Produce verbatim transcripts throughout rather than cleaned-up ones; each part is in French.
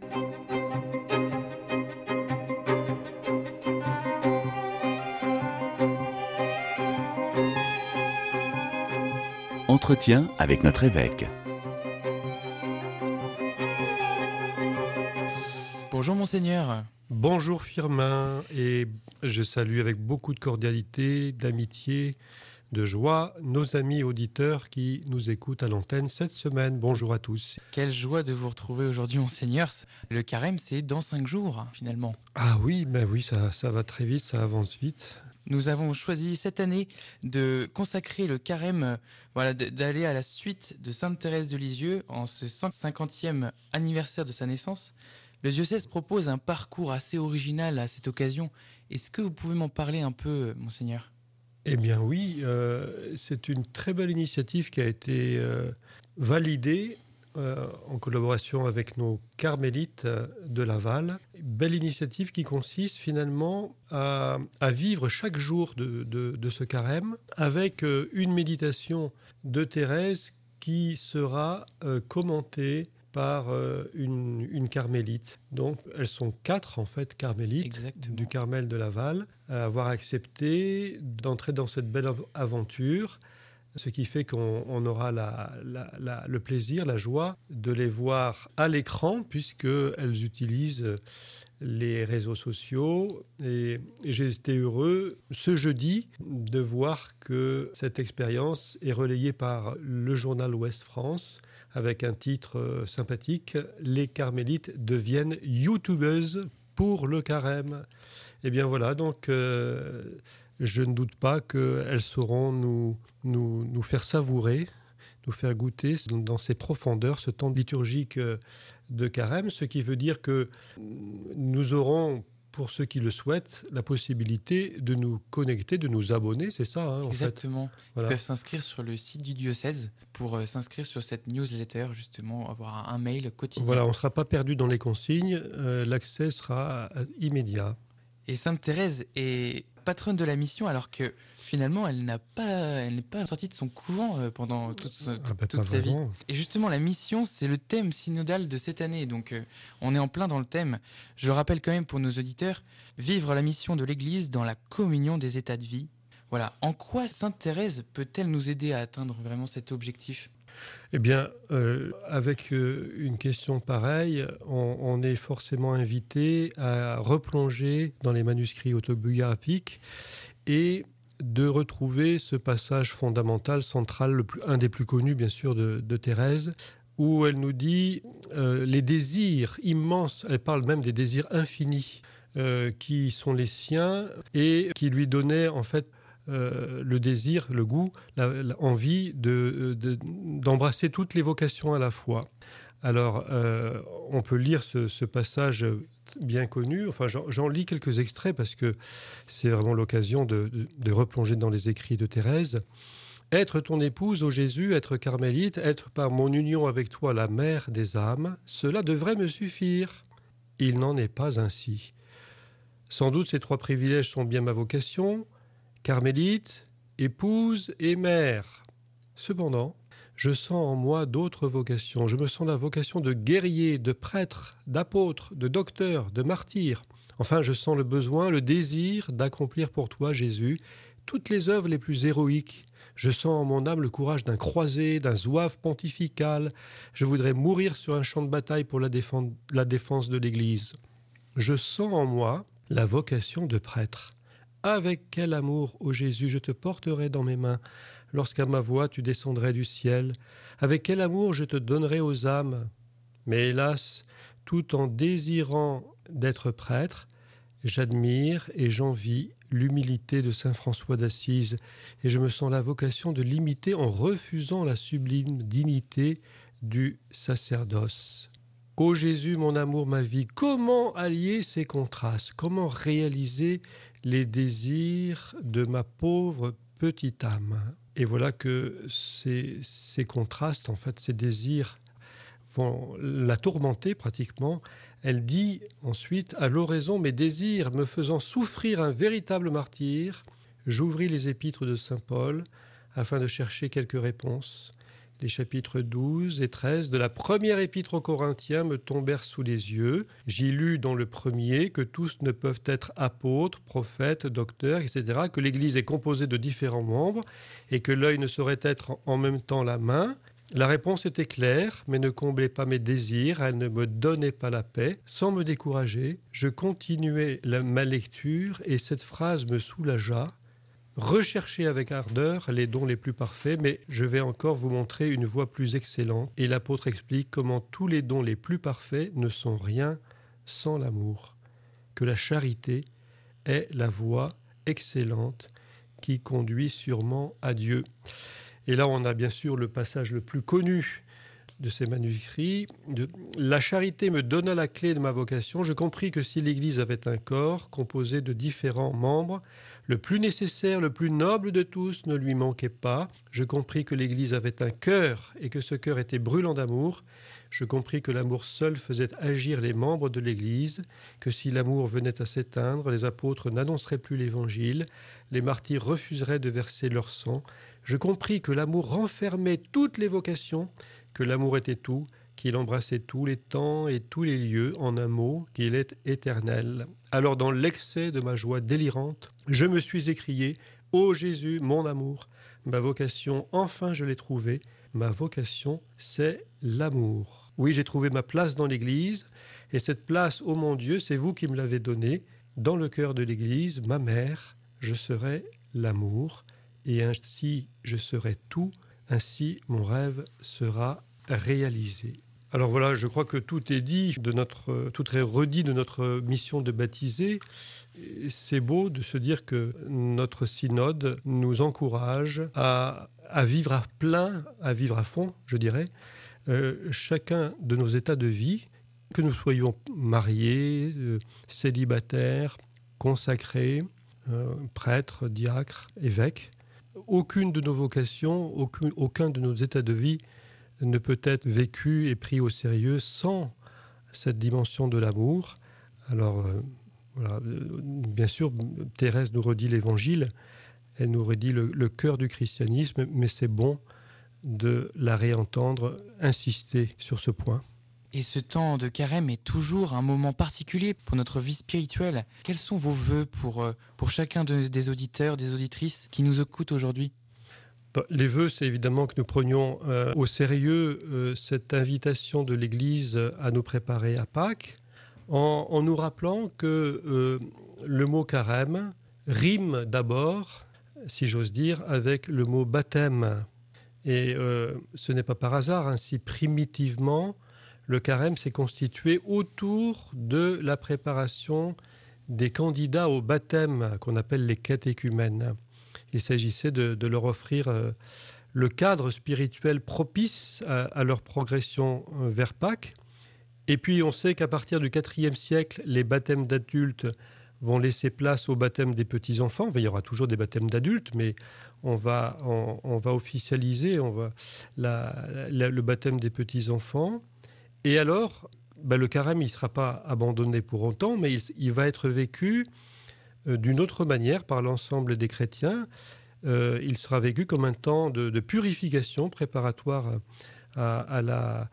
Entretien avec notre évêque. Bonjour Monseigneur. Bonjour Firmin, et je salue avec beaucoup de cordialité, d'amitié, de joie nos amis auditeurs qui nous écoutent à l'antenne cette semaine. Bonjour à tous. Quelle joie de vous retrouver aujourd'hui Monseigneur. Le carême c'est dans cinq jours finalement. Ah oui, ben oui, ça, ça va très vite, ça avance vite. Nous avons choisi cette année de consacrer le carême, voilà, d'aller à la suite de Sainte Thérèse de Lisieux en ce cent cinquantième anniversaire de sa naissance. Le diocèse propose un parcours assez original à cette occasion. Est-ce que vous pouvez m'en parler un peu, Monseigneur ? Eh bien oui, euh, c'est une très belle initiative qui a été euh, validée euh, en collaboration avec nos carmélites de Laval. Belle initiative qui consiste finalement à, à vivre chaque jour de, de, de ce carême avec euh, une méditation de Thérèse qui sera euh, commentée par euh, une, une carmélite. Donc, elles sont quatre, en fait, carmélites Exactement. Du Carmel de Laval, à avoir accepté d'entrer dans cette belle aventure, ce qui fait qu'on on aura la, la, la, le plaisir, la joie de les voir à l'écran, puisqu'elles utilisent les réseaux sociaux. Et, et j'ai été heureux ce jeudi de voir que cette expérience est relayée par le journal Ouest France, avec un titre euh, sympathique, « Les carmélites deviennent youtubeuses pour le carême ». Et bien voilà, donc euh, je ne doute pas qu'elles sauront nous, nous, nous faire savourer, nous faire goûter dans ses profondeurs ce temps liturgique de carême, ce qui veut dire que nous aurons, pour ceux qui le souhaitent, la possibilité de nous connecter, de nous abonner, c'est ça hein, en Exactement. fait. Voilà. Ils peuvent s'inscrire sur le site du diocèse pour euh, s'inscrire sur cette newsletter, justement, avoir un mail quotidien. Voilà, on ne sera pas perdu dans les consignes, euh, l'accès sera immédiat. Et Sainte Thérèse est patronne de la mission, alors que finalement, elle n'a pas, elle n'est pas sortie de son couvent euh, pendant toute, toute, ah ben, toute sa vraiment. vie. Et justement, la mission, c'est le thème synodal de cette année. Donc, euh, on est en plein dans le thème. Je rappelle quand même pour nos auditeurs, vivre la mission de l'Église dans la communion des états de vie. Voilà. En quoi Sainte Thérèse peut-elle nous aider à atteindre vraiment cet objectif ? Eh bien, euh, avec euh, une question pareille, on, on est forcément invité à replonger dans les manuscrits autobiographiques et de retrouver ce passage fondamental, central, le plus, un des plus connus, bien sûr, de, de Thérèse, où elle nous dit euh, les désirs immenses, elle parle même des désirs infinis euh, qui sont les siens et qui lui donnaient, en fait, Euh, le désir, le goût, l'envie de, de, d'embrasser toutes les vocations à la fois. Alors, euh, on peut lire ce, ce passage bien connu. Enfin, j'en, j'en lis quelques extraits parce que c'est vraiment l'occasion de, de, de replonger dans les écrits de Thérèse. « Être ton épouse, ô Jésus, être carmélite, être par mon union avec toi la mère des âmes, cela devrait me suffire. Il n'en est pas ainsi. Sans doute ces trois privilèges sont bien ma vocation, carmélite, épouse et mère. Cependant, je sens en moi d'autres vocations. Je me sens la vocation de guerrier, de prêtre, d'apôtre, de docteur, de martyr. Enfin, je sens le besoin, le désir d'accomplir pour toi, Jésus, toutes les œuvres les plus héroïques. Je sens en mon âme le courage d'un croisé, d'un zouave pontifical. Je voudrais mourir sur un champ de bataille pour la défense, la défense de l'Église. Je sens en moi la vocation de prêtre. Avec quel amour, ô Jésus, je te porterai dans mes mains, lorsqu'à ma voix tu descendrais du ciel. Avec quel amour je te donnerai aux âmes. Mais hélas, tout en désirant d'être prêtre, j'admire et j'envie l'humilité de saint François d'Assise, et je me sens la vocation de l'imiter en refusant la sublime dignité du sacerdoce. Ô Jésus, mon amour, ma vie, comment allier ces contrastes? Comment réaliser les désirs de ma pauvre petite âme? Et voilà que ces, ces contrastes, en fait, ces désirs vont la tourmenter pratiquement. Elle dit ensuite, à l'oraison, mes désirs me faisant souffrir un véritable martyre, j'ouvris les épîtres de saint Paul afin de chercher quelques réponses. Les chapitres douze et treize de la première épître aux Corinthiens me tombèrent sous les yeux. J'y lus dans le premier que tous ne peuvent être apôtres, prophètes, docteurs, et cetera, que l'Église est composée de différents membres et que l'œil ne saurait être en même temps la main. La réponse était claire, mais ne comblait pas mes désirs, elle ne me donnait pas la paix. Sans me décourager, je continuai la, ma lecture et cette phrase me soulagea. Recherchez avec ardeur les dons les plus parfaits, mais je vais encore vous montrer une voie plus excellente. Et l'apôtre explique comment tous les dons les plus parfaits ne sont rien sans l'amour. Que la charité est la voie excellente qui conduit sûrement à Dieu. Et là, on a bien sûr le passage le plus connu de ces manuscrits. De... La charité me donna la clé de ma vocation. Je compris que si l'Église avait un corps composé de différents membres, le plus nécessaire, le plus noble de tous ne lui manquait pas. Je compris que l'Église avait un cœur et que ce cœur était brûlant d'amour. Je compris que l'amour seul faisait agir les membres de l'Église, que si l'amour venait à s'éteindre, les apôtres n'annonceraient plus l'Évangile, les martyrs refuseraient de verser leur sang. Je compris que l'amour renfermait toutes les vocations, que l'amour était tout, qu'il embrassait tous les temps et tous les lieux, en un mot, qu'il est éternel. Alors, dans l'excès de ma joie délirante, je me suis écrié « Ô Jésus, mon amour, ma vocation, enfin je l'ai trouvée. Ma vocation, c'est l'amour. » Oui, j'ai trouvé ma place dans l'Église, et cette place, ô mon Dieu, c'est vous qui me l'avez donnée. Dans le cœur de l'Église, ma mère, je serai l'amour, et ainsi je serai tout, ainsi mon rêve sera réalisé. Alors voilà, je crois que tout est dit, de notre, tout est redit de notre mission de baptiser. C'est beau de se dire que notre synode nous encourage à, à vivre à plein, à vivre à fond, je dirais, euh, chacun de nos états de vie, que nous soyons mariés, euh, célibataires, consacrés, euh, prêtres, diacres, évêques. Aucune de nos vocations, aucun, aucun de nos états de vie ne peut être vécu et pris au sérieux sans cette dimension de l'amour. Alors, euh, voilà, bien sûr, Thérèse nous redit l'Évangile, elle nous redit le, le cœur du christianisme, mais c'est bon de la réentendre, insister sur ce point. Et ce temps de carême est toujours un moment particulier pour notre vie spirituelle. Quels sont vos vœux pour, pour chacun de, des auditeurs, des auditrices qui nous écoutent aujourd'hui ? Les vœux, c'est évidemment que nous prenions euh, au sérieux euh, cette invitation de l'Église à nous préparer à Pâques, en, en nous rappelant que euh, le mot carême rime d'abord, si j'ose dire, avec le mot baptême. Et euh, ce n'est pas par hasard, hein, si primitivement, le carême s'est constitué autour de la préparation des candidats au baptême, qu'on appelle les catéchumènes. Il s'agissait de, de leur offrir euh, le cadre spirituel propice à, à leur progression euh, vers Pâques. Et puis on sait qu'à partir du quatrième siècle, les baptêmes d'adultes vont laisser place au baptême des petits-enfants. Il y aura toujours des baptêmes d'adultes, mais on va, on, on va officialiser on va, la, la, le baptême des petits-enfants. Et alors, ben le carême, il ne sera pas abandonné pour autant, mais il, il va être vécu d'une autre manière par l'ensemble des chrétiens. Euh, il sera vécu comme un temps de, de purification préparatoire à, à, la,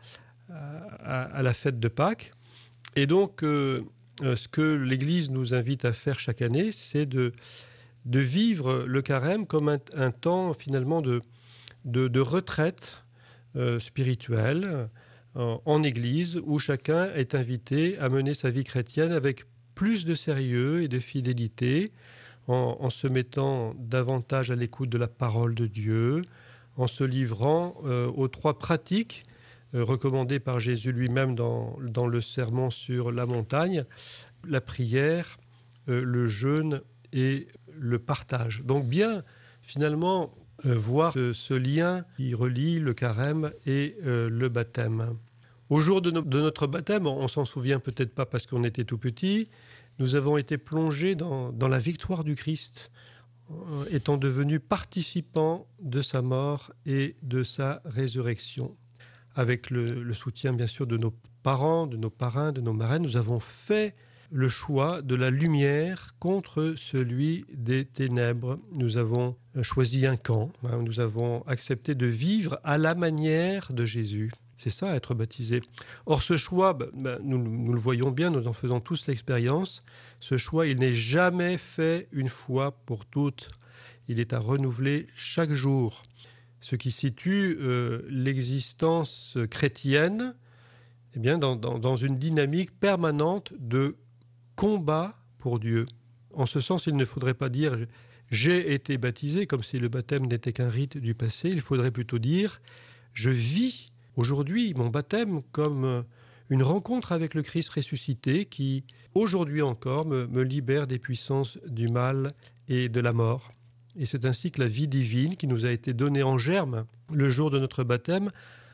à, à la fête de Pâques. Et donc, euh, ce que l'Église nous invite à faire chaque année, c'est de, de vivre le carême comme un, un temps finalement de, de, de retraite euh, spirituelle en, en Église, où chacun est invité à mener sa vie chrétienne avec plus de sérieux et de fidélité, en, en se mettant davantage à l'écoute de la parole de Dieu, en se livrant euh, aux trois pratiques euh, recommandées par Jésus lui-même dans, dans le sermon sur la montagne, la prière, euh, le jeûne et le partage. Donc bien, finalement, euh, voir ce, ce lien qui relie le carême et euh, le baptême. Au jour de, no- de notre baptême, on ne s'en souvient peut-être pas parce qu'on était tout petit, nous avons été plongés dans, dans la victoire du Christ, euh, étant devenus participants de sa mort et de sa résurrection. Avec le, le soutien, bien sûr, de nos parents, de nos parrains, de nos marraines, nous avons fait le choix de la lumière contre celui des ténèbres. Nous avons choisi un camp. Hein, nous avons accepté de vivre à la manière de Jésus. C'est ça, être baptisé. Or, ce choix, ben, ben, nous, nous le voyons bien, nous en faisons tous l'expérience. Ce choix, il n'est jamais fait une fois pour toutes. Il est à renouveler chaque jour. Ce qui situe euh, l'existence chrétienne eh bien, dans, dans, dans une dynamique permanente de combat pour Dieu. En ce sens, il ne faudrait pas dire « j'ai été baptisé » comme si le baptême n'était qu'un rite du passé. Il faudrait plutôt dire « je vis aujourd'hui mon baptême comme une rencontre avec le Christ ressuscité qui, aujourd'hui encore, me, me libère des puissances du mal et de la mort. » Et c'est ainsi que la vie divine qui nous a été donnée en germe le jour de notre baptême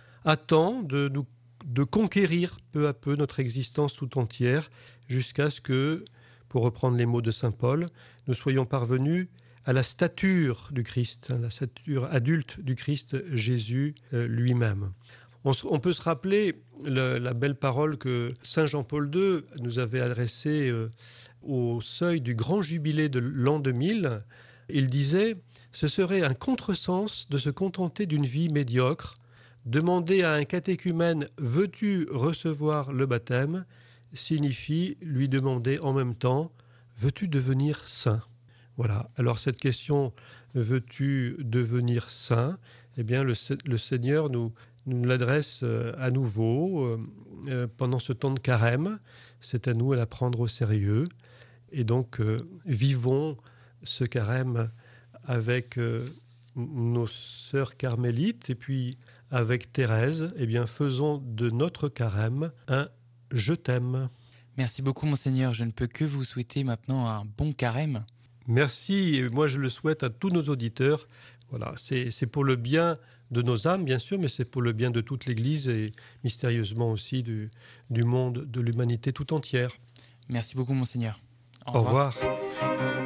attend de, nous, de conquérir peu à peu notre existence tout entière jusqu'à ce que, pour reprendre les mots de saint Paul, nous soyons parvenus à la stature du Christ, à la stature adulte du Christ Jésus euh, lui-même. On, on peut se rappeler le, la belle parole que saint Jean-Paul deux nous avait adressée euh, au seuil du grand jubilé de l'an deux mille. Il disait « Ce serait un contresens de se contenter d'une vie médiocre. Demander à un catéchumène « Veux-tu recevoir le baptême ?» signifie lui demander en même temps « Veux-tu devenir saint ?» Voilà. Alors cette question « Veux-tu devenir saint ?» Eh bien, le, le Seigneur nous, nous l'adresse à nouveau euh, pendant ce temps de carême. C'est à nous à la prendre au sérieux. Et donc, euh, vivons ce carême avec euh, nos sœurs carmélites et puis avec Thérèse, eh bien faisons de notre carême un « je t'aime ». Merci beaucoup, Monseigneur. Je ne peux que vous souhaiter maintenant un bon carême. Merci, et moi je le souhaite à tous nos auditeurs. Voilà, c'est, c'est pour le bien de nos âmes, bien sûr, mais c'est pour le bien de toute l'Église et mystérieusement aussi du, du monde, de l'humanité tout entière. Merci beaucoup, Monseigneur. Au revoir. Au revoir.